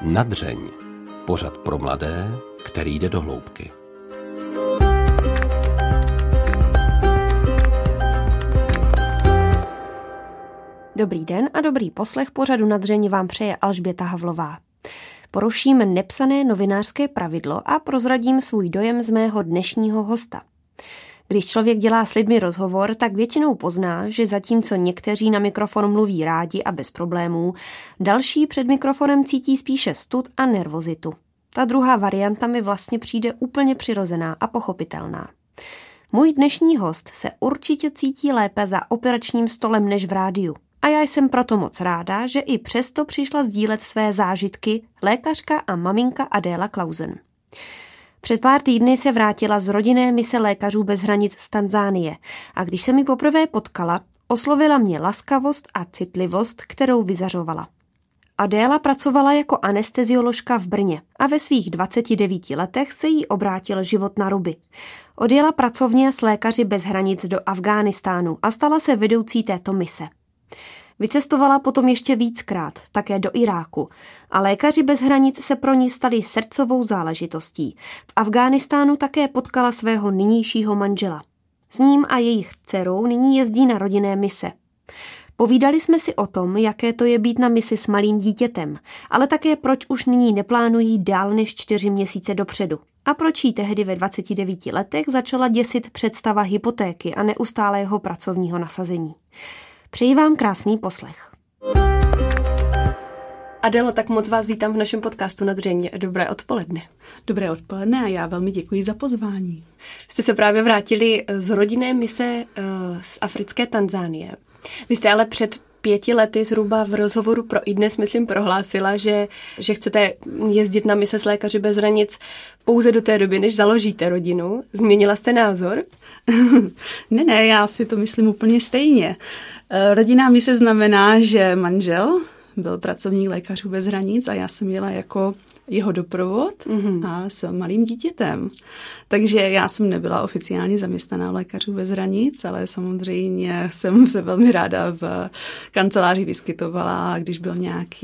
Nadřeň. Pořad pro mladé, který jde do hloubky. Dobrý den a dobrý poslech pořadu Nadřeň vám přeje Alžběta Havlová. Poruším nepsané novinářské pravidlo a prozradím svůj dojem z mého dnešního hosta. Když člověk dělá s lidmi rozhovor, tak většinou pozná, že zatímco někteří na mikrofon mluví rádi a bez problémů, další před mikrofonem cítí spíše stud a nervozitu. Ta druhá varianta mi vlastně přijde úplně přirozená a pochopitelná. Můj dnešní host se určitě cítí lépe za operačním stolem než v rádiu. A já jsem proto moc ráda, že i přesto přišla sdílet své zážitky lékařka a maminka Adéla Clausen. Před pár týdny se vrátila z rodinné mise Lékařů bez hranic z Tanzánie a když se mi poprvé potkala, oslovila mě laskavost a citlivost, kterou vyzařovala. Adéla pracovala jako anestezioložka v Brně a ve svých 29 letech se jí obrátil život na ruby. Odjela pracovně s Lékaři bez hranic do Afghánistánu a stala se vedoucí této mise. Vycestovala potom ještě víckrát, také do Iráku, a Lékaři bez hranic se pro ní stali srdcovou záležitostí. V Afghánistánu také potkala svého nynějšího manžela. S ním a jejich dcerou nyní jezdí na rodinné mise. Povídali jsme si o tom, jaké to je být na misi s malým dítětem, ale také proč už nyní neplánují dál než 4 měsíce dopředu. A proč jí tehdy ve 29 letech začala děsit představa hypotéky a neustálého pracovního nasazení. Přeji vám krásný poslech. Adélo, tak moc vás vítám v našem podcastu Nadřeň. Dobré odpoledne. Dobré odpoledne a já velmi děkuji za pozvání. Jste se právě vrátili z rodinné mise z africké Tanzánie. Vy jste ale před 5 lety zhruba v rozhovoru pro iDnes, myslím, prohlásila, že chcete jezdit na mise s Lékaři bez hranic pouze do té doby, než založíte rodinu. Změnila jste názor? Ne, já si to myslím úplně stejně. Rodinná mise znamená, že manžel byl pracovník Lékařů bez hranic a já jsem jela jako jeho doprovod a s malým dítětem. Takže já jsem nebyla oficiálně zaměstnaná Lékařů bez hranic, ale samozřejmě jsem se velmi ráda v kanceláři vyskytovala, když byl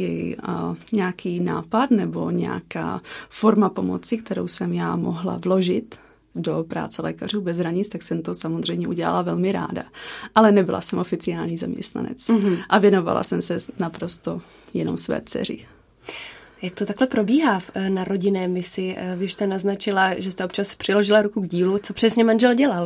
nějaký nápad nebo nějaká forma pomoci, kterou jsem já mohla vložit do práce Lékařů bez hranic, tak jsem to samozřejmě udělala velmi ráda. Ale nebyla jsem oficiální zaměstnanec a věnovala jsem se naprosto jenom své dceři. Jak to takhle probíhá na rodinné misi? Vy jste naznačila, že jste občas přiložila ruku k dílu. Co přesně manžel dělal?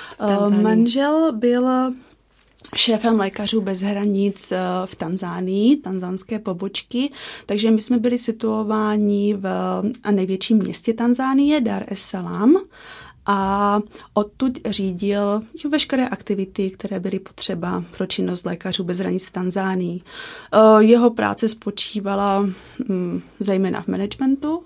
Manžel byl šéfem Lékařů bez hranic v Tanzánii, tanzánské pobočky, takže my jsme byli situováni v největším městě Tanzánie, Dar es Salaam, a odtud řídil veškeré aktivity, které byly potřeba pro činnost Lékařů bez hranic v Tanzánii. Jeho práce spočívala zejména v managementu,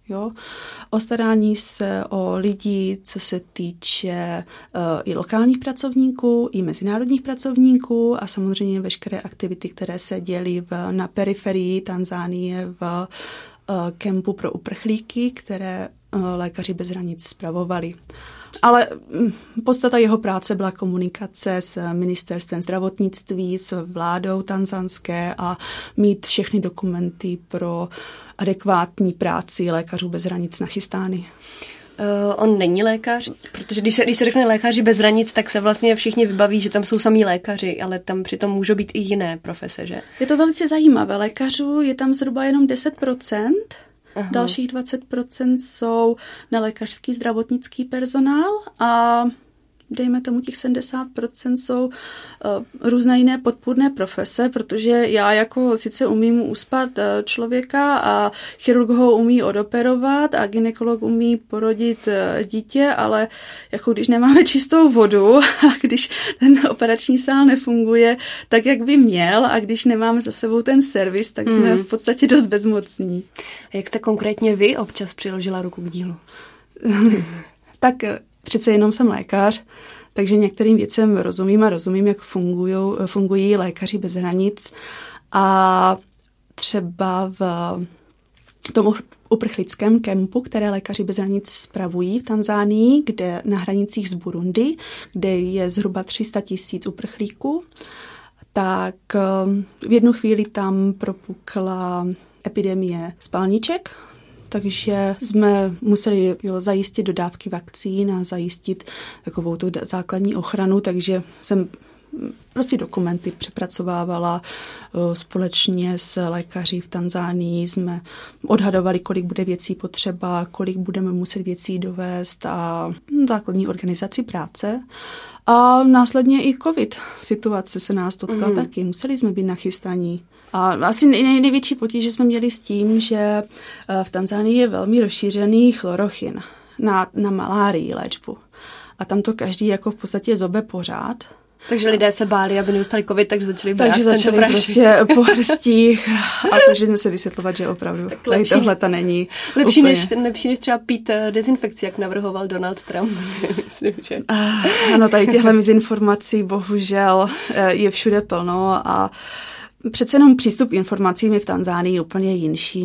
o starání se o lidi, co se týče i lokálních pracovníků, i mezinárodních pracovníků a samozřejmě veškeré aktivity, které se děly na periferii Tanzánie v kempu pro uprchlíky, které Lékaři bez hranic spravovali. Ale podstata jeho práce byla komunikace s ministerstvem zdravotnictví, s vládou tanzanské a mít všechny dokumenty pro adekvátní práci Lékařů bez hranic nachystány. On není lékař, protože když se řekne Lékaři bez hranic, tak se vlastně všichni vybaví, že tam jsou samí lékaři, ale tam přitom můžou být i jiné profese, že? Je to velice zajímavé. Lékařů je tam zhruba jenom 10%. Aha. Dalších 20% jsou nelékařský zdravotnický personál a dejme tomu těch 70% jsou různé jiné podpůrné profese, protože já jako sice umím uspat člověka a chirurg ho umí odoperovat a gynekolog umí porodit dítě, ale jako když nemáme čistou vodu a když ten operační sál nefunguje tak, jak by měl a když nemáme za sebou ten servis, tak jsme v podstatě dost bezmocní. A jak jste konkrétně vy občas přiložila ruku k dílu? Tak přece jenom jsem lékař, takže některým věcem rozumím, jak fungují Lékaři bez hranic. A třeba v tom uprchlickém kempu, které Lékaři bez hranic spravují v Tanzánii, kde na hranicích s Burundi, kde je zhruba 300 000 uprchlíků, tak v jednu chvíli tam propukla epidemie spalniček, takže jsme museli zajistit dodávky vakcín a zajistit takovou tu základní ochranu, takže jsem prostě dokumenty přepracovávala společně s lékaři v Tanzánii. Jsme odhadovali, kolik bude věcí potřeba, kolik budeme muset věcí dovést a základní organizaci práce. A následně i covid situace se nás dotkla taky. Museli jsme být nachystaní. A asi největší potíž jsme měli s tím, že v Tanzánii je velmi rozšířený chlorochin na malárii léčbu. A tam to každý jako v podstatě zobe pořád. Takže lidé se báli, aby nedostali covid, takže začali brát tento prášek. Takže začali prostě po hrstích a snažili jsme se vysvětlovat, že opravdu tady tohleta není lepší než třeba pít dezinfekci, jak navrhoval Donald Trump. Myslím, že... Ano, tady těchto mizinformací bohužel je všude plno a přece jenom přístup k informacím je v Tanzánii úplně jinší,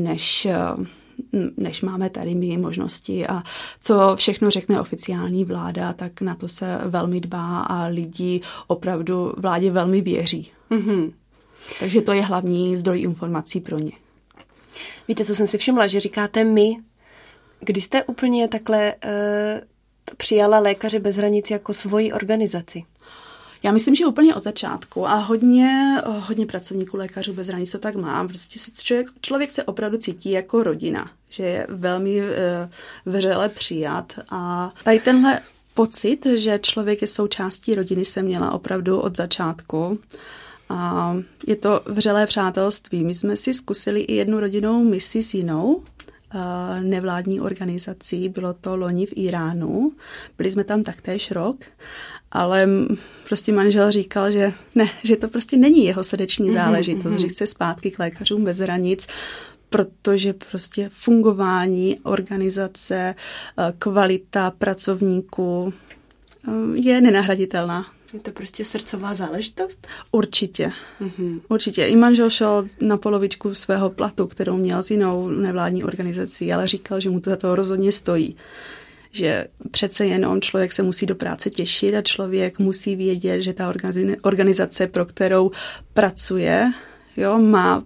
než máme tady my možnosti a co všechno řekne oficiální vláda, tak na to se velmi dbá a lidi opravdu vládě velmi věří. Mm-hmm. Takže to je hlavní zdroj informací pro ně. Víte, co jsem si všimla, že říkáte my, kdy jste úplně takhle přijala Lékaři bez hranic jako svoji organizaci? Já myslím, že úplně od začátku a hodně pracovníků Lékařů bez hranic to tak má. Prostě člověk se opravdu cítí jako rodina, že je velmi vřele přijat a tady tenhle pocit, že člověk je součástí rodiny, jsem měla opravdu od začátku. A je to vřelé přátelství. My jsme si zkusili i jednu rodinnou misi s jinou nevládní organizací. Bylo to loni v Iránu. Byli jsme tam taktéž rok. Ale prostě manžel říkal, že ne, že to prostě není jeho srdeční záležitost, že chce zpátky k Lékařům bez hranic, protože prostě fungování organizace, kvalita pracovníků je nenahraditelná. Je to prostě srdcová záležitost? Určitě. Určitě. I manžel šel na polovičku svého platu, kterou měl s jinou nevládní organizací, ale říkal, že mu to za to rozhodně stojí. Že přece jenom člověk se musí do práce těšit a člověk musí vědět, že ta organizace, pro kterou pracuje, má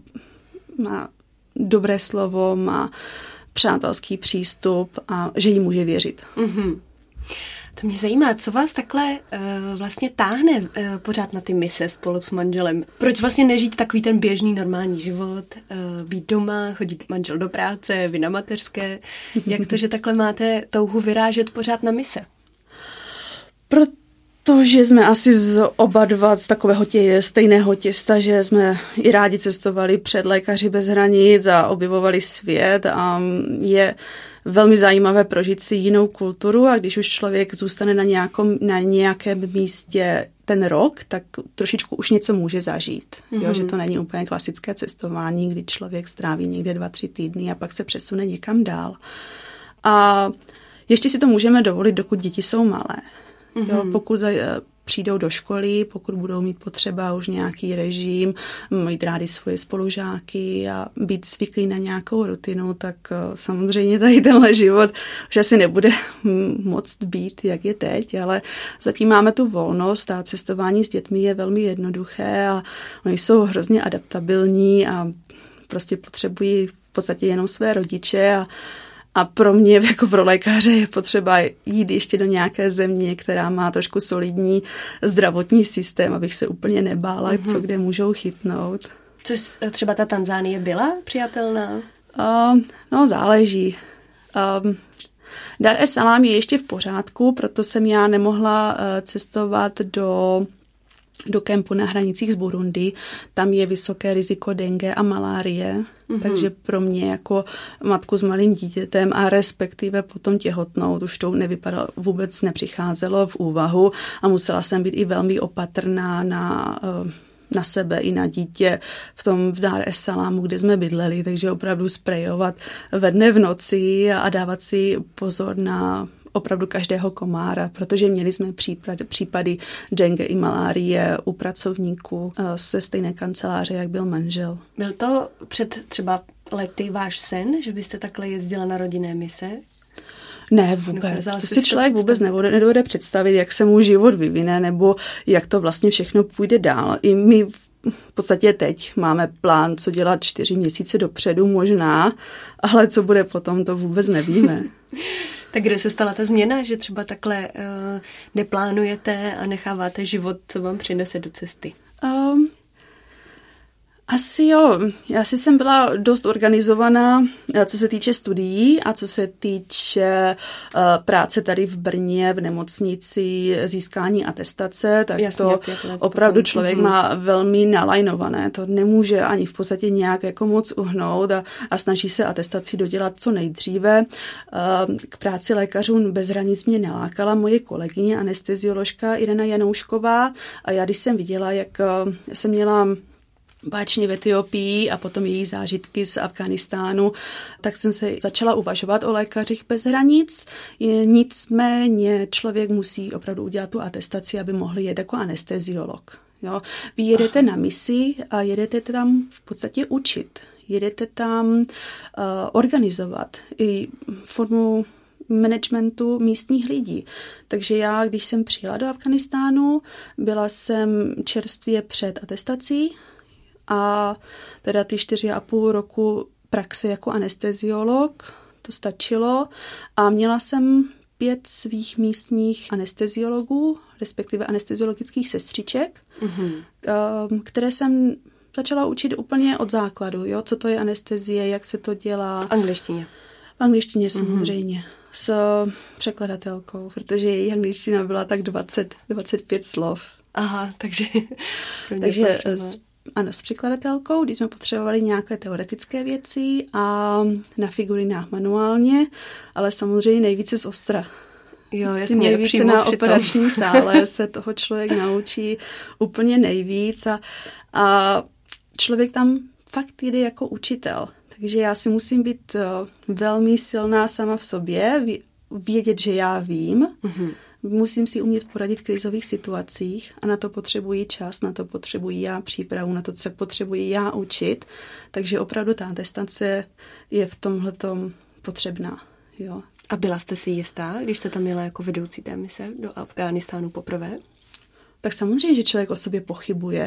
dobré slovo, má přátelský přístup a že jí může věřit. Mm-hmm. To mě zajímá, co vás takhle vlastně táhne pořád na ty mise spolu s manželem? Proč vlastně nežít takový ten běžný normální život, být doma, chodit manžel do práce, vy na mateřské? Jak to, že takhle máte touhu vyrážet pořád na mise? Protože jsme asi oba dva z takového stejného těsta, že jsme i rádi cestovali před Lékaři bez hranic a objevovali svět a je velmi zajímavé prožít si jinou kulturu a když už člověk zůstane na nějakém místě ten rok, tak trošičku už něco může zažít. Jo, že to není úplně klasické cestování, kdy člověk stráví někde 2-3 týdny a pak se přesune někam dál. A ještě si to můžeme dovolit, dokud děti jsou malé. Jo, pokud přijdou do školy, pokud budou mít potřeba už nějaký režim, mít rádi svoje spolužáky a být zvyklí na nějakou rutinu, tak samozřejmě tady tenhle život už asi nebude moct být, jak je teď, ale zatím máme tu volnost a cestování s dětmi je velmi jednoduché a oni jsou hrozně adaptabilní a prostě potřebují v podstatě jenom své rodiče a pro mě, jako pro lékaře, je potřeba jít ještě do nějaké země, která má trošku solidní zdravotní systém, abych se úplně nebála, co kde můžou chytnout. Což třeba ta Tanzánie byla přijatelná? No, záleží. Dar es Salaam je ještě v pořádku, proto jsem já nemohla cestovat do kempu na hranicích s Burundi. Tam je vysoké riziko dengue a malárie, takže pro mě jako matku s malým dítětem a respektive potom těhotnout už to vůbec nepřicházelo v úvahu a musela jsem být i velmi opatrná na sebe i na dítě v Dar es Salámu, kde jsme bydleli, takže opravdu sprejovat ve dne v noci a dávat si pozor na opravdu každého komára, protože měli jsme případy dengue i malárie u pracovníků ze stejné kanceláře, jak byl manžel. Byl to před třeba lety váš sen, že byste takhle jezdila na rodinné mise? Ne, vůbec. To si člověk vůbec nedovede představit, jak se mu život vyvine, nebo jak to vlastně všechno půjde dál. I my v podstatě teď máme plán, co dělat 4 měsíce dopředu možná, ale co bude potom, to vůbec nevíme. Tak kde se stala ta změna, že třeba takhle neplánujete a necháváte život, co vám přinese do cesty? Asi jo. Já jsem byla dost organizovaná, co se týče studií a co se týče práce tady v Brně, v nemocnici, získání atestace, tak jasně, to opravdu člověk má velmi nalajnované. To nemůže ani v podstatě nějak jako moc uhnout a snaží se atestaci dodělat co nejdříve. K práci lékařů bez hranic mě nalákala moje kolegyně anestezioložka Irena Janoušková a já když jsem viděla, jak jsem měla báčně v Etiopii a potom její zážitky z Afghánistánu, tak jsem se začala uvažovat o lékařích bez hranic. Nicméně člověk musí opravdu udělat tu atestaci, aby mohl jet jako anesteziolog. Jo? Vy jedete na misi a jedete tam v podstatě učit. Jedete tam organizovat i formu managementu místních lidí. Takže já, když jsem přijela do Afghánistánu, byla jsem čerstvě před atestací, a teda ty 4,5 roku praxe jako anesteziolog, to stačilo. A měla jsem 5 svých místních anesteziologů, respektive anesteziologických sestřiček, které jsem začala učit úplně od základu. Jo? Co to je anestezie, jak se to dělá. V angličtině. V angličtině samozřejmě. S překladatelkou, protože její angličtina byla tak 25 slov. Aha, takže ano, s překladatelkou, když jsme potřebovali nějaké teoretické věci a na figurinách manuálně, ale samozřejmě nejvíce z ostra. Jo, jasně, nejvíce na operační sále se toho člověk naučí úplně nejvíc a člověk tam fakt jde jako učitel. Takže já si musím být velmi silná sama v sobě, vědět, že já vím, musím si umět poradit v krizových situacích a na to potřebuji čas, na to potřebuji já přípravu, na to se potřebuji já učit. Takže opravdu ta atestace je v tomhletom potřebná. Jo. A byla jste si jistá, když jste tam měla jako vedoucí té mise do Afghánistánu poprvé? Tak samozřejmě, že člověk o sobě pochybuje.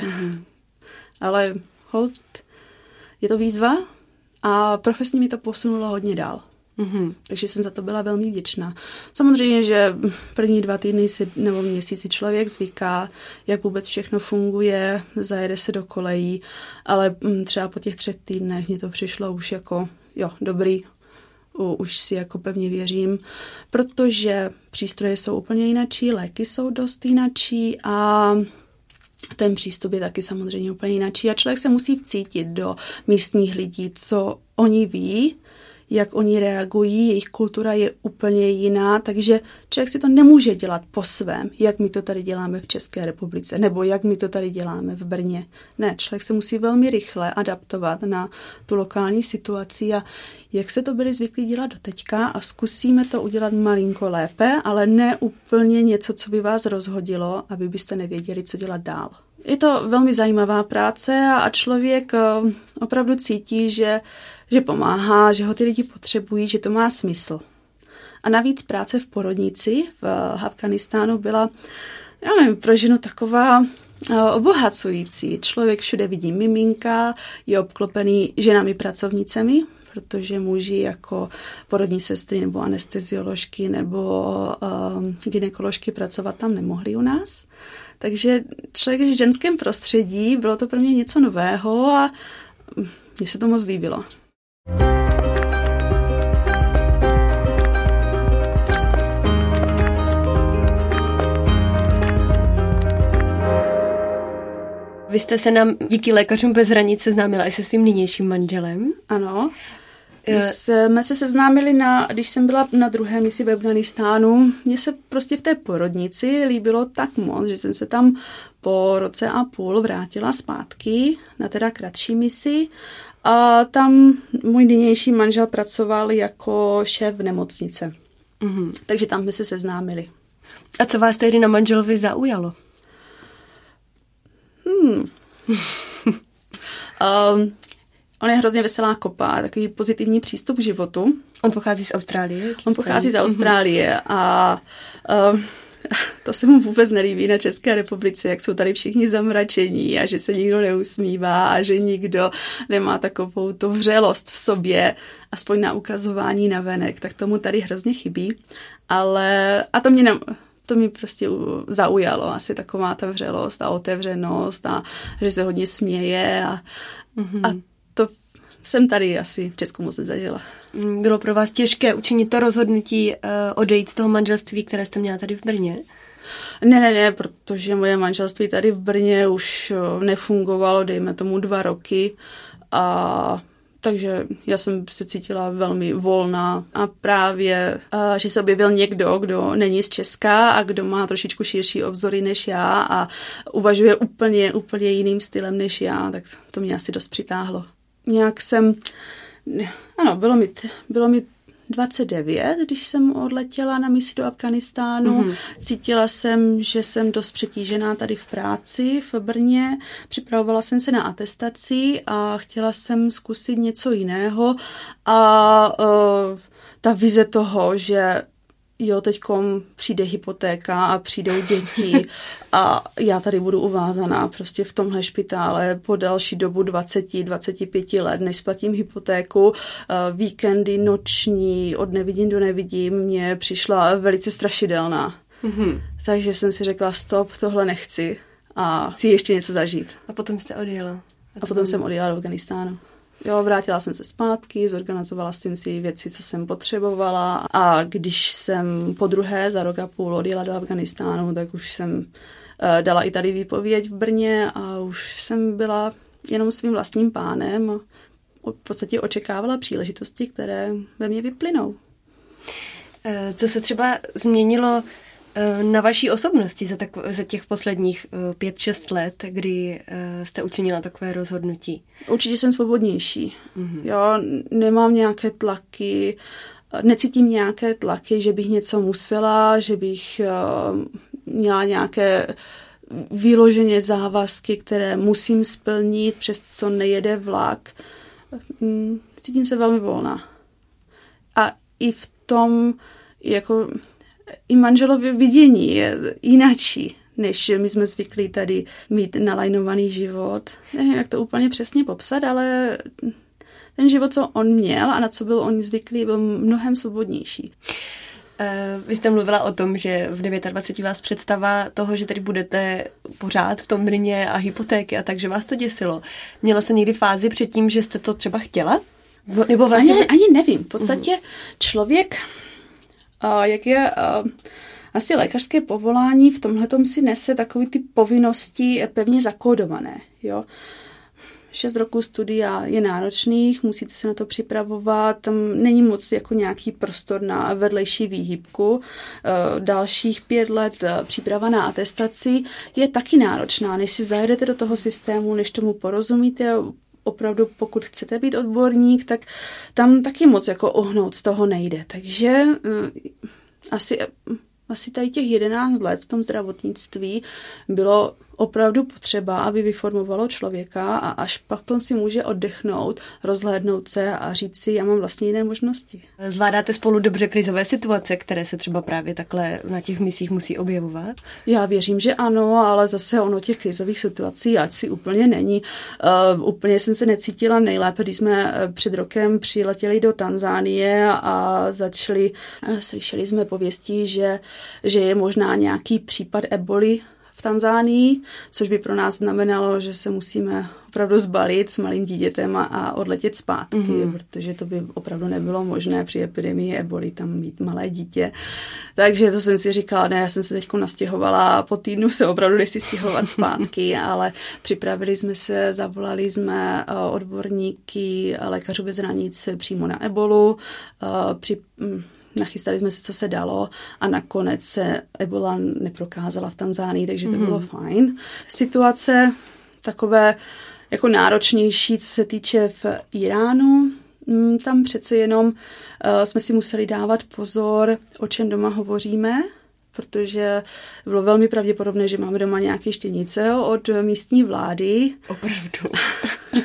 Ale hold, je to výzva a profesně mi to posunulo hodně dál. Takže jsem za to byla velmi vděčná. Samozřejmě, že první 2 týdny nebo měsíci člověk zvyká, jak vůbec všechno funguje, zajede se do kolejí, ale třeba po těch 3 týdnech mě to přišlo už jako, jo, dobrý, už si jako pevně věřím, protože přístroje jsou úplně jinačí, léky jsou dost jinačí a ten přístup je taky samozřejmě úplně jinačí a člověk se musí vcítit do místních lidí, co oni ví, jak oni reagují, jejich kultura je úplně jiná, takže člověk si to nemůže dělat po svém, jak my to tady děláme v České republice, nebo jak my to tady děláme v Brně. Ne, člověk se musí velmi rychle adaptovat na tu lokální situaci a jak se to byli zvyklí dělat doteďka a zkusíme to udělat malinko lépe, ale ne úplně něco, co by vás rozhodilo, aby byste nevěděli, co dělat dál. Je to velmi zajímavá práce a člověk opravdu cítí, že pomáhá, že ho ty lidi potřebují, že to má smysl. A navíc práce v porodnici v Afghánistánu byla, já nevím, pro ženu taková obohacující. Člověk všude vidí miminka, je obklopený ženami pracovnicemi, protože muži jako porodní sestry nebo anestezioložky nebo gynekoložky pracovat tam nemohli u nás. Takže člověk v ženském prostředí, bylo to pro mě něco nového a mně se to moc líbilo. Vy jste se nám díky Lékařům bez hranic seznámila i se svým nynějším manželem. Ano. Jsme se seznámili, když jsem byla na druhé misi v Afghánistánu. Mně se prostě v té porodnici líbilo tak moc, že jsem se tam po 1,5 roku vrátila zpátky na teda kratší misi. A tam můj nynější manžel pracoval jako šéf nemocnice. Takže tam jsme se seznámili. A co vás tehdy na manželovi zaujalo? On je hrozně veselá kopa, takový pozitivní přístup k životu. On pochází z Austrálie? On pochází z Austrálie a To se mu vůbec nelíbí na České republice, jak jsou tady všichni zamračení a že se nikdo neusmívá a že nikdo nemá takovou tu vřelost v sobě, aspoň na ukazování na venek, tak tomu tady hrozně chybí. A to mě prostě zaujalo, asi taková ta vřelost a otevřenost a že se hodně směje a to jsem tady asi v Česku moc nezažila. Bylo pro vás těžké učinit to rozhodnutí odejít z toho manželství, které jste měla tady v Brně? Ne, protože moje manželství tady v Brně už nefungovalo, dejme tomu 2 roky, takže já jsem se cítila velmi volná a právě, že se objevil někdo, kdo není z Česka a kdo má trošičku širší obzory než já a uvažuje úplně jiným stylem než já, tak to mě asi dost přitáhlo. Bylo mi 29, když jsem odletěla na misi do Afghánistánu. Cítila jsem, že jsem dost přetížená tady v práci v Brně. Připravovala jsem se na atestaci a chtěla jsem zkusit něco jiného. A ta vize toho, že teďkom přijde hypotéka a přijdou děti a já tady budu uvázaná prostě v tomhle špitále po další dobu 20-25 let, než splatím hypotéku, víkendy, noční, od nevidím do nevidím, mě přišla velice strašidelná. Takže jsem si řekla, stop, tohle nechci a chci ještě něco zažít. A potom jste odjela? A potom jsem odjela do Afghánistánu. Vrátila jsem se zpátky, zorganizovala jsem si věci, co jsem potřebovala a když jsem podruhé za rok a půl odjela do Afghánistánu, tak už jsem dala i tady výpověď v Brně a už jsem byla jenom svým vlastním pánem a v podstatě očekávala příležitosti, které ve mně vyplynou. Co se třeba změnilo na vaší osobnosti za těch posledních 5-6 let, kdy jste učinila takové rozhodnutí? Určitě jsem svobodnější. Já nemám nějaké tlaky, necítím nějaké tlaky, že bych něco musela, že bych měla nějaké vyloženě závazky, které musím splnit, přes co nejede vlak. Cítím se velmi volná. A i v tom, i manželově vidění je jináčí, než my jsme zvyklí tady mít nalajnovaný život. Nevím, jak to úplně přesně popsat, ale ten život, co on měl a na co byl on zvyklý, byl mnohem svobodnější. Vy jste mluvila o tom, že v 29 vás představa toho, že tady budete pořád v tom Brně a hypotéky a takže vás to děsilo. Měla jste někdy fázi předtím, že jste to třeba chtěla? Nebo vlastně... Ani nevím. V podstatě člověk, jak je asi lékařské povolání, v tomhletom si nese takové ty povinnosti pevně zakódované. Jo? 6 roků studia je náročných, musíte se na to připravovat, tam není moc jako nějaký prostor na vedlejší výhybku. Dalších 5 let příprava na atestaci je taky náročná, než si zajedete do toho systému, než tomu porozumíte. Opravdu, pokud chcete být odborník, tak tam taky moc jako ohnout z toho nejde. Takže asi tady těch 11 let v tom zdravotnictví bylo opravdu potřeba, aby vyformovalo člověka a až potom si může oddechnout, rozhlédnout se a říct si, já mám vlastně jiné možnosti. Zvládáte spolu dobře krizové situace, které se třeba právě takhle na těch misích musí objevovat? Já věřím, že ano, ale zase ono těch krizových situací ať si úplně není. Úplně jsem se necítila nejlépe, když jsme před rokem přiletěli do Tanzánie a slyšeli jsme pověstí, že je možná nějaký případ eboli v Tanzánii, což by pro nás znamenalo, že se musíme opravdu zbalit s malým dítětem a odletět zpátky, protože to by opravdu nebylo možné při epidemii eboli tam mít malé dítě. Takže to jsem si říkala, ne, já jsem se teď nastěhovala a po týdnu se opravdu nechci stěhovat zpátky, ale připravili jsme se, zavolali jsme odborníky Lékařů bez hranic přímo na ebolu, nachystali jsme se, co se dalo a nakonec se ebola neprokázala v Tanzánii, takže to bylo fajn. Situace takové jako náročnější, co se týče v Iránu, tam přece jenom jsme si museli dávat pozor, o čem doma hovoříme, protože bylo velmi pravděpodobné, že máme doma nějaké štěnice od místní vlády. Opravdu. Je to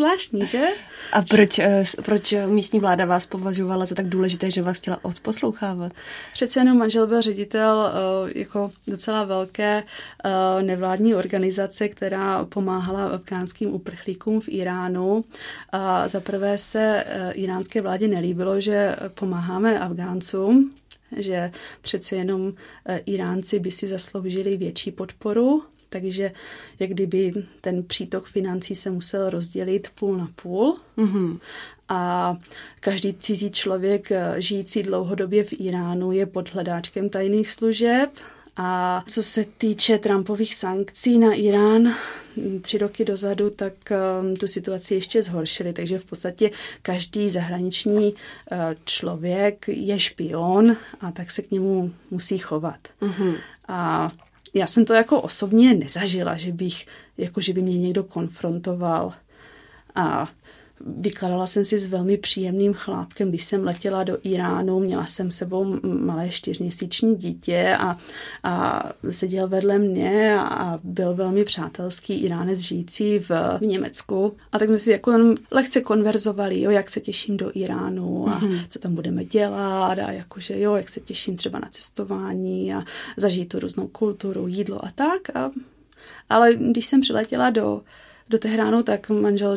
zvláštní, že? A proč místní vláda vás považovala za tak důležité, že vás chtěla odposlouchávat? Přece jenom manžel byl ředitel jako docela velké nevládní organizace, která pomáhala afgánským uprchlíkům v Iránu. A za prvé se iránské vládě nelíbilo, že pomáháme Afgáncům, že přece jenom Iránci by si zasloužili větší podporu, takže jak kdyby ten přítok financí se musel rozdělit půl na půl. Mm-hmm. A každý cizí člověk žijící dlouhodobě v Iránu je pod hledáčkem tajných služeb. A co se týče Trumpových sankcí na Irán 3 roky dozadu, tak tu situaci ještě zhoršili. Takže v podstatě každý zahraniční člověk je špion a tak se k němu musí chovat. Mm-hmm. A já jsem to jako osobně nezažila, že by mě někdo konfrontoval. A vykladala jsem si s velmi příjemným chlápkem, když jsem letěla do Iránu, měla jsem sebou malé 4měsíční dítě a seděl vedle mě a byl velmi přátelský Iránec žijící v Německu. A tak jsme si jako lehce konverzovali, jak se těším do Iránu a co tam budeme dělat a jakože jak se těším třeba na cestování a zažít tu různou kulturu, jídlo a tak. Ale když jsem přiletěla do Teheránu, tak manžel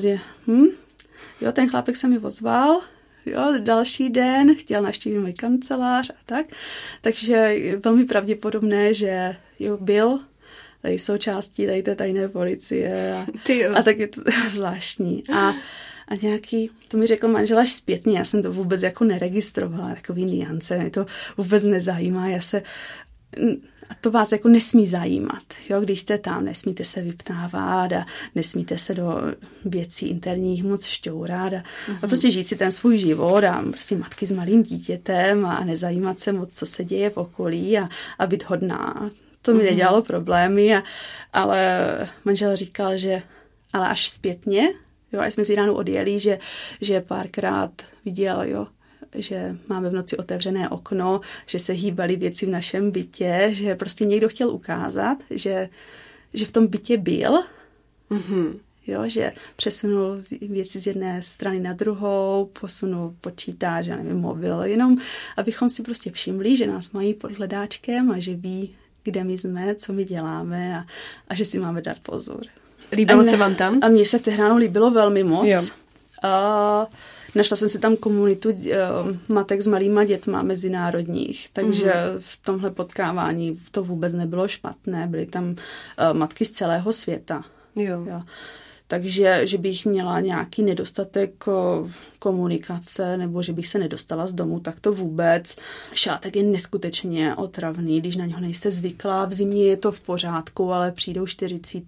ten chlápek se mi ozval, další den chtěl navštívit můj kancelář a tak. Takže je velmi pravděpodobné, že byl tady součástí tady té tajné policie a tak je to zvláštní. A nějaký, to mi řekl manžel až zpětně, já jsem to vůbec jako neregistrovala, takový niance, mě to vůbec nezajímá, a to vás jako nesmí zajímat. Když jste tam, nesmíte se vyptávat a nesmíte se do věcí interních moc šťourat a prostě žít si ten svůj život a prostě matky s malým dítětem a nezajímat se moc, co se děje v okolí a být hodná. To mi nedělalo problémy, ale manžel říkal, že ale až zpětně, až jsme z Iránu odjeli, že párkrát viděl, že máme v noci otevřené okno, že se hýbaly věci v našem bytě, že prostě někdo chtěl ukázat, že v tom bytě byl, že přesunul věci z jedné strany na druhou, posunul počítač, mobil, jenom abychom si prostě všimli, že nás mají pod hledáčkem a že ví, kde my jsme, co my děláme a že si máme dát pozor. Líbilo se vám tam? A mně se v Teheránu líbilo velmi moc. Jo. Našla jsem si tam komunitu matek s malýma dětma mezinárodních, takže v tomhle potkávání to vůbec nebylo špatné. Byly tam matky z celého světa. Jo. Takže, že bych měla nějaký nedostatek komunikace nebo že bych se nedostala z domu, tak to vůbec. Šátek je neskutečně otravný, když na něho nejste zvyklá. V zimě je to v pořádku, ale přijdou 40,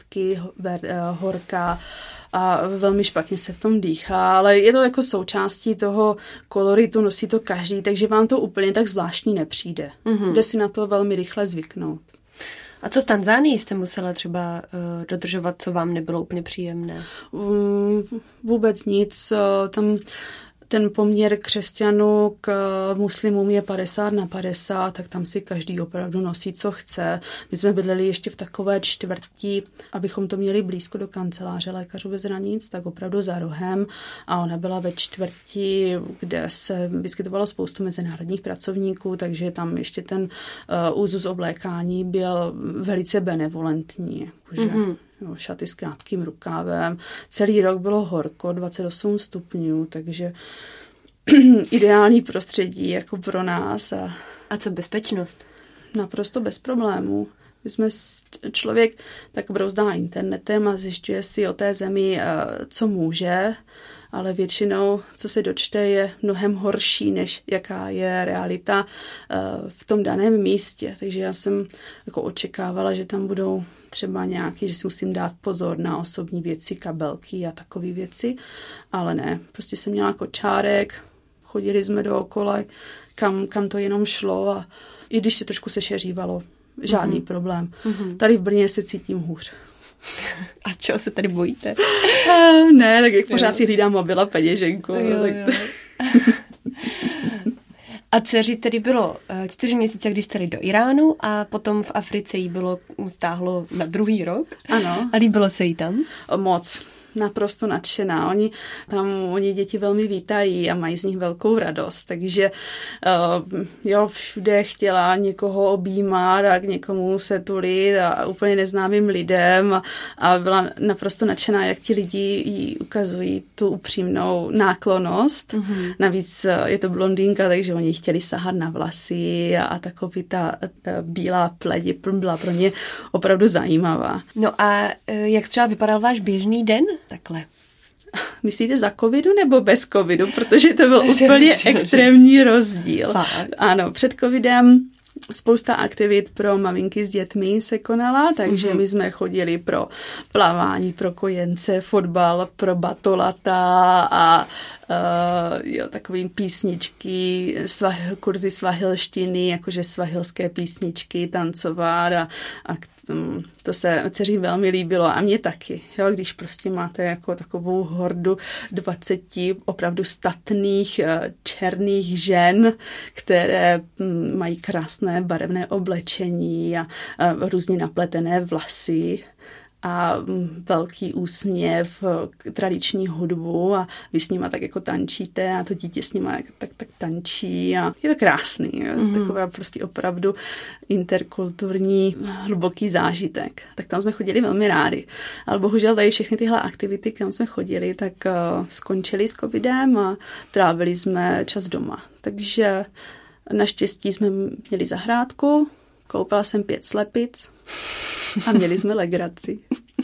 horka a velmi špatně se v tom dýchá, ale je to jako součástí toho koloritu, nosí to každý, takže vám to úplně tak zvláštní nepřijde. Jde si na to velmi rychle zvyknout. A co v Tanzánii jste musela třeba dodržovat, co vám nebylo úplně příjemné? Vůbec nic. Tam ten poměr křesťanů k muslimům je 50/50, tak tam si každý opravdu nosí, co chce. My jsme bydleli ještě v takové čtvrti, abychom to měli blízko do kanceláře Lékařů bez hranic, tak opravdu za rohem. A ona byla ve čtvrti, kde se vyskytovalo spoustu mezinárodních pracovníků, takže tam ještě ten úzus oblékání byl velice benevolentní. Jakože, šaty s krátkým rukávem. Celý rok bylo horko, 28 stupňů, takže ideální prostředí jako pro nás. A co bezpečnost? Naprosto bez problémů. Člověk tak brouzdá internetem a zjišťuje si o té zemi, co může, ale většinou, co se dočte, je mnohem horší, než jaká je realita v tom daném místě. Takže já jsem jako očekávala, že tam budou třeba nějaký, že si musím dát pozor na osobní věci, kabelky a takové věci, ale ne. Prostě jsem měla kočárek, chodili jsme dookola, kam to jenom šlo a i když se trošku sešeřívalo, žádný problém. Tady v Brně se cítím hůř. A čeho se tady bojíte? Ne, tak jak pořád si hlídám mobil a peněženku. Jo. A dceři tedy bylo 4 měsíce, když jste do Iránu a potom v Africe jí bylo stáhlo na 2. rok. Ano. A líbilo se jí tam? naprosto nadšená. Oni děti velmi vítají a mají z nich velkou radost, takže všude chtěla někoho objímat a k někomu se tulit a úplně neznámým lidem a byla naprosto nadšená, jak ti lidi jí ukazují tu upřímnou náklonnost. Navíc je to blondýnka, takže oni chtěli sahat na vlasy a takový ta bílá pleť byla pro ně opravdu zajímavá. No a jak třeba vypadal váš běžný den takhle? Myslíte za covidu nebo bez covidu? Protože to byl úplně extrémní rozdíl. Fakt? Ano, před covidem spousta aktivit pro maminky s dětmi se konala, takže my jsme chodili pro plavání, pro kojence, fotbal, pro batolata a takový písničky, kurzy svahilštiny, jakože svahilské písničky, tancovat a to se dceři velmi líbilo a mě taky, jo, když prostě máte jako takovou hordu 20 opravdu statných černých žen, které mají krásné barevné oblečení a různě napletené vlasy a velký úsměv, tradiční hudbu a vy s nima tak jako tančíte a to dítě s nima tak tančí a je to krásný. Taková prostě opravdu interkulturní hluboký zážitek. Tak tam jsme chodili velmi rádi. Ale bohužel tady všechny tyhle aktivity, kam jsme chodili, tak skončily s covidem a trávili jsme čas doma. Takže naštěstí jsme měli zahrádku, koupila jsem 5 slepic a měli jsme legraci.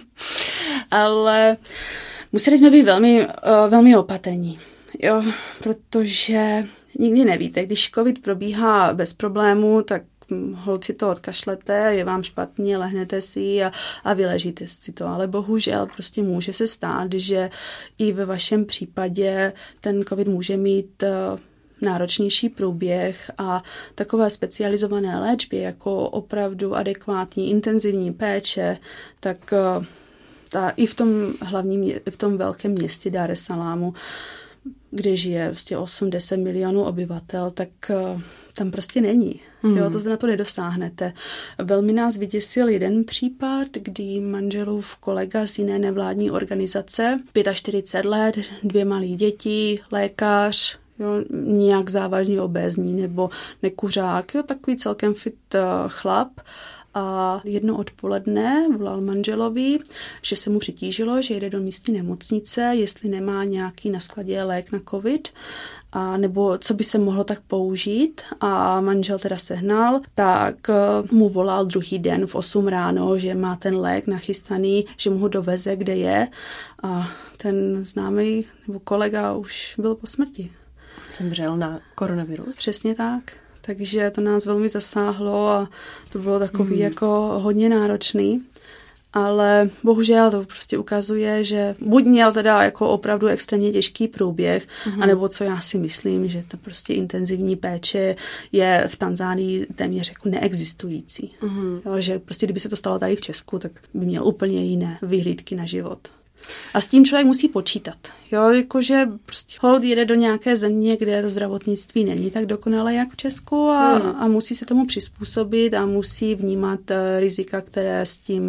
Ale museli jsme být velmi, velmi opatrní, jo, protože nikdy nevíte, když covid probíhá bez problému, tak holci to odkašlete, je vám špatně, lehnete si a vyležíte si to. Ale bohužel prostě může se stát, že i ve vašem případě ten covid může mít náročnější průběh a takové specializované léčby jako opravdu adekvátní intenzivní péče, tak i v tom velkém městě Dar es Salamu, kde žije vlastně 8-10 milionů obyvatel, tak tam prostě není. Jo, to na to nedosáhnete. Velmi nás vyděsil jeden případ, kdy manželův kolega z jiné nevládní organizace, 45 let, 2 malí děti, lékař, jo, nijak závažně obézní nebo nekuřák, jo, takový celkem fit chlap. A jedno odpoledne volal manželovi, že se mu přitížilo, že jede do místní nemocnice, jestli nemá nějaký na skladě lék na covid, a nebo co by se mohlo tak použít. A manžel teda sehnal, tak mu volal druhý den v 8 ráno, že má ten lék nachystaný, že mu ho doveze, kde je. A ten známý nebo kolega už byl po smrti. Zemřel na koronavirus? Přesně tak. Takže to nás velmi zasáhlo a to bylo takový jako hodně náročný. Ale bohužel to prostě ukazuje, že buď měl teda jako opravdu extrémně těžký průběh, anebo co já si myslím, že ta prostě intenzivní péče je v Tanzánii téměř jako neexistující. Jo, že prostě kdyby se to stalo tady v Česku, tak by měl úplně jiné vyhlídky na život. A s tím člověk musí počítat. Jo, jakože prostě hold jede do nějaké země, kde to zdravotnictví není tak dokonalé jak v Česku a musí se tomu přizpůsobit a musí vnímat rizika, které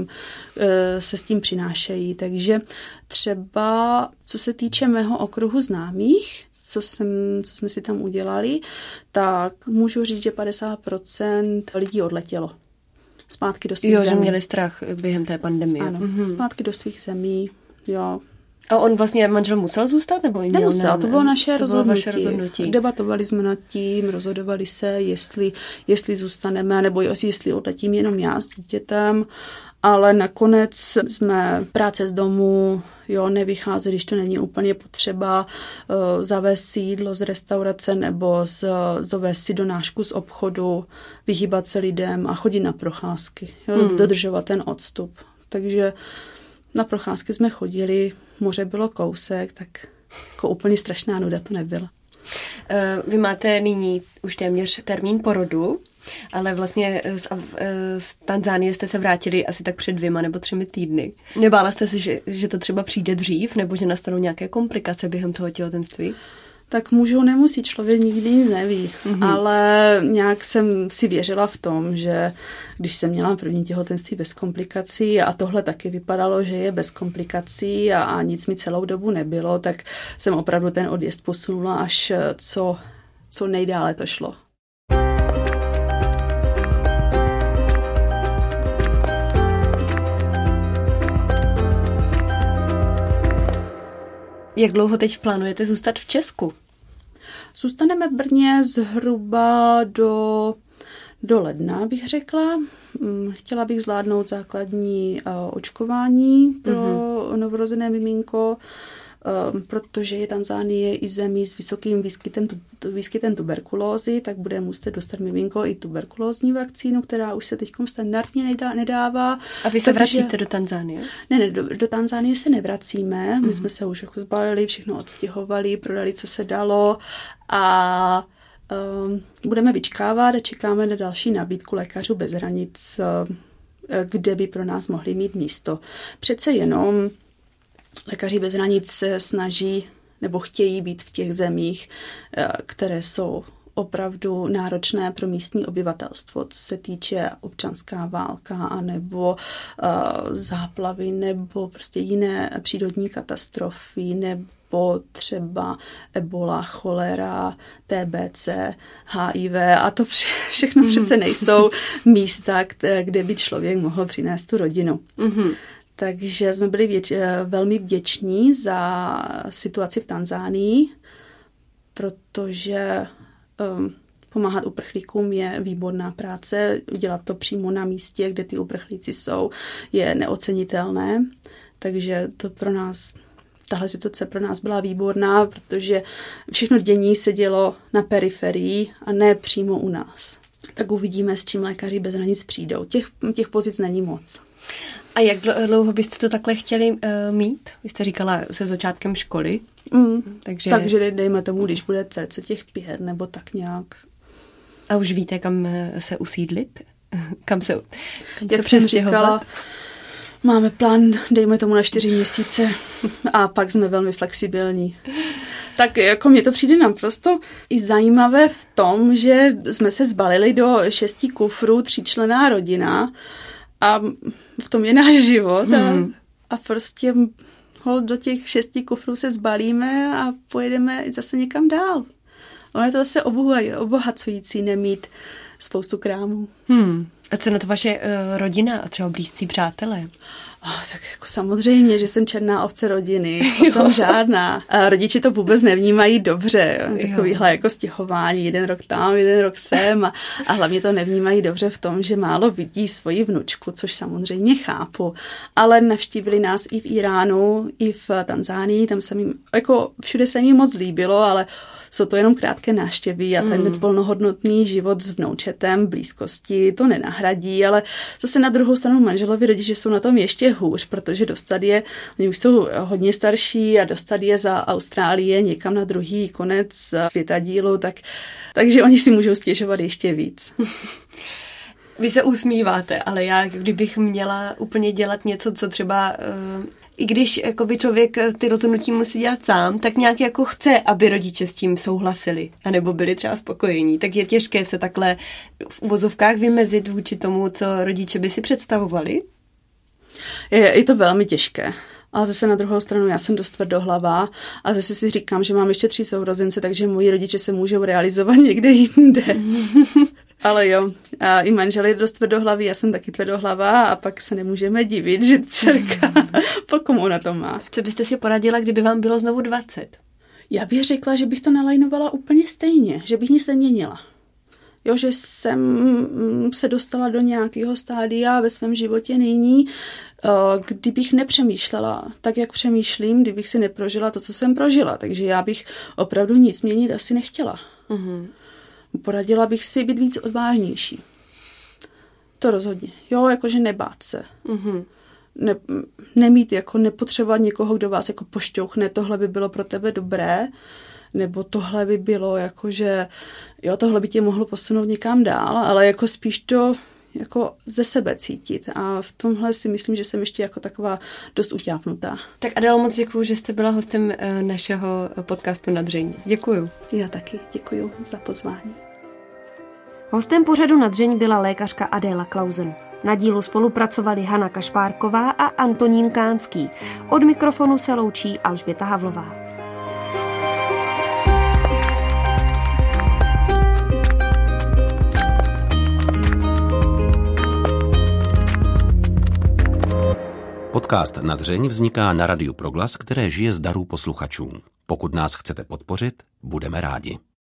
se s tím přinášejí. Takže třeba, co se týče mého okruhu známých, co jsme si tam udělali, tak můžu říct, že 50% lidí odletělo zpátky do svých zemí. Že měli strach během té pandemie. Ano, zpátky do svých zemí. Jo. A on vlastně, manžel musel zůstat? Nebo nemusel, to bylo naše rozhodnutí. Debatovali jsme nad tím, rozhodovali se, jestli zůstaneme, nebo jestli odletím jenom já s dítětem. Ale nakonec jsme práce z domu, jo, nevycházeli, když to není úplně potřeba, zavést si jídlo z restaurace nebo zavést si donášku z obchodu, vyhýbat se lidem a chodit na procházky, jo, dodržovat ten odstup. Takže na procházky jsme chodili, moře bylo kousek, tak jako úplně strašná nuda to nebyla. Vy máte nyní už téměř termín porodu, ale vlastně z Tanzánie jste se vrátili asi tak před 2 nebo 3 týdny. Nebála jste se, že to třeba přijde dřív, nebo že nastanou nějaké komplikace během toho těhotenství? tak můžou, nemusí, člověk nikdy nic neví. Ale nějak jsem si věřila v tom, že když jsem měla první těhotenství bez komplikací a tohle taky vypadalo, že je bez komplikací a nic mi celou dobu nebylo, tak jsem opravdu ten odjezd posunula až co nejdále to šlo. Jak dlouho teď plánujete zůstat v Česku? Zůstaneme v Brně zhruba do ledna, bych řekla. Chtěla bych zvládnout základní očkování pro novorozené miminko, protože je Tanzánie i zemí s vysokým výskytem tuberkulózy, tak bude muset dostat miminko i tuberkulózní vakcínu, která už se teď standardně nedává. A vy se vracíte do Tanzánie? Ne, do Tanzánie se nevracíme. My jsme se už jako zbalili, všechno odstěhovali, prodali, co se dalo a budeme vyčkávat a čekáme na další nabídku Lékařů bez hranic, kde by pro nás mohli mít místo. Přece jenom Lékaři bez hranic se snaží nebo chtějí být v těch zemích, které jsou opravdu náročné pro místní obyvatelstvo, co se týče občanská válka anebo záplavy nebo prostě jiné přírodní katastrofy nebo třeba ebola, cholera, TBC, HIV a to všechno přece nejsou místa, kde by člověk mohl přinést tu rodinu. Takže jsme byli velmi vděční za situaci v Tanzánii, protože pomáhat uprchlíkům je výborná práce. Dělat to přímo na místě, kde ty uprchlíci jsou, je neocenitelné. Takže to tahle situace pro nás byla výborná, protože všechno dění se dělo na periferii a ne přímo u nás. Tak uvidíme, s čím Lékaři bez hranic přijdou. Těch pozic není moc. A jak dlouho byste to takhle chtěli mít? Vy jste říkala se začátkem školy. Takže dejme tomu, když bude cca těch 5 nebo tak nějak. A už víte, kam se usídlit? Kam se Jak jsem říkala, máme plán, dejme tomu na 4 měsíce a pak jsme velmi flexibilní. Tak jako mně to přijde naprosto i zajímavé v tom, že jsme se zbalili do 6 kufrů, 3členná rodina a v tom je náš život a prostě do těch 6 kufrů se zbalíme a pojedeme zase někam dál. Ono je to zase obohacující nemít spoustu krámů. A co na to vaše rodina a třeba blízcí přátelé? Tak jako samozřejmě, že jsem černá ovce rodiny, o tom žádná. A rodiče to vůbec nevnímají dobře, takovýhle jako stěhování, 1 rok tam, 1 rok sem a hlavně to nevnímají dobře v tom, že málo vidí svoji vnučku, což samozřejmě chápu. Ale navštívili nás i v Iránu, i v Tanzánii, tam se jim, jako všude se jim moc líbilo, ale jsou to jenom krátké návštěvy a ten plnohodnotný život s vnoučetem, blízkosti to nenahradí, ale zase na druhou stranu manželovi rodiče jsou na tom ještě hůř, protože oni už jsou hodně starší a dostat je za Austrálie někam na druhý konec světadílu, takže oni si můžou stěžovat ještě víc. Vy se usmíváte, ale já, kdybych měla úplně dělat něco, co třeba... I když jakoby člověk ty rozhodnutí musí dělat sám, tak nějak jako chce, aby rodiče s tím souhlasili, anebo byli třeba spokojení. Tak je těžké se takhle v uvozovkách vymezit vůči tomu, co rodiče by si představovali? Je to velmi těžké. A zase na druhou stranu já jsem dost tvrdohlavá a zase si říkám, že mám ještě 3 sourozence, takže moji rodiče se můžou realizovat někde jinde. Ale jo, a i manžel je dost tvrdohlavý, já jsem taky tvrdohlavá a pak se nemůžeme divit, že dcerka po komu na to má. Co byste si poradila, kdyby vám bylo znovu 20? Já bych řekla, že bych to nalajnovala úplně stejně, že bych nic neměnila. Jo, že jsem se dostala do nějakého stádia ve svém životě nyní, kdybych nepřemýšlela tak, jak přemýšlím, kdybych si neprožila to, co jsem prožila. Takže já bych opravdu nic měnit asi nechtěla. Poradila bych si být víc odvážnější. To rozhodně. Jo, jakože nebát se. Nemít, jako nepotřebovat někoho, kdo vás jako pošťouchne, tohle by bylo pro tebe dobré, nebo tohle by bylo jakože, jo, tohle by tě mohlo posunout někam dál, ale jako spíš to jako ze sebe cítit. A v tomhle si myslím, že jsem ještě jako taková dost utápnutá. Tak Adélo, moc děkuju, že jste byla hostem našeho podcastu Nadření. Děkuju. Já taky děkuju za pozvání. Hostem pořadu Nadřeň byla lékařka Adéla Klausen. Na dílu spolupracovali Hana Kašpárková a Antonín Kánský. Od mikrofonu se loučí Alžběta Havlová. Podcast Nadřeň vzniká na Radiu Proglas, které žije z darů posluchačů. Pokud nás chcete podpořit, budeme rádi.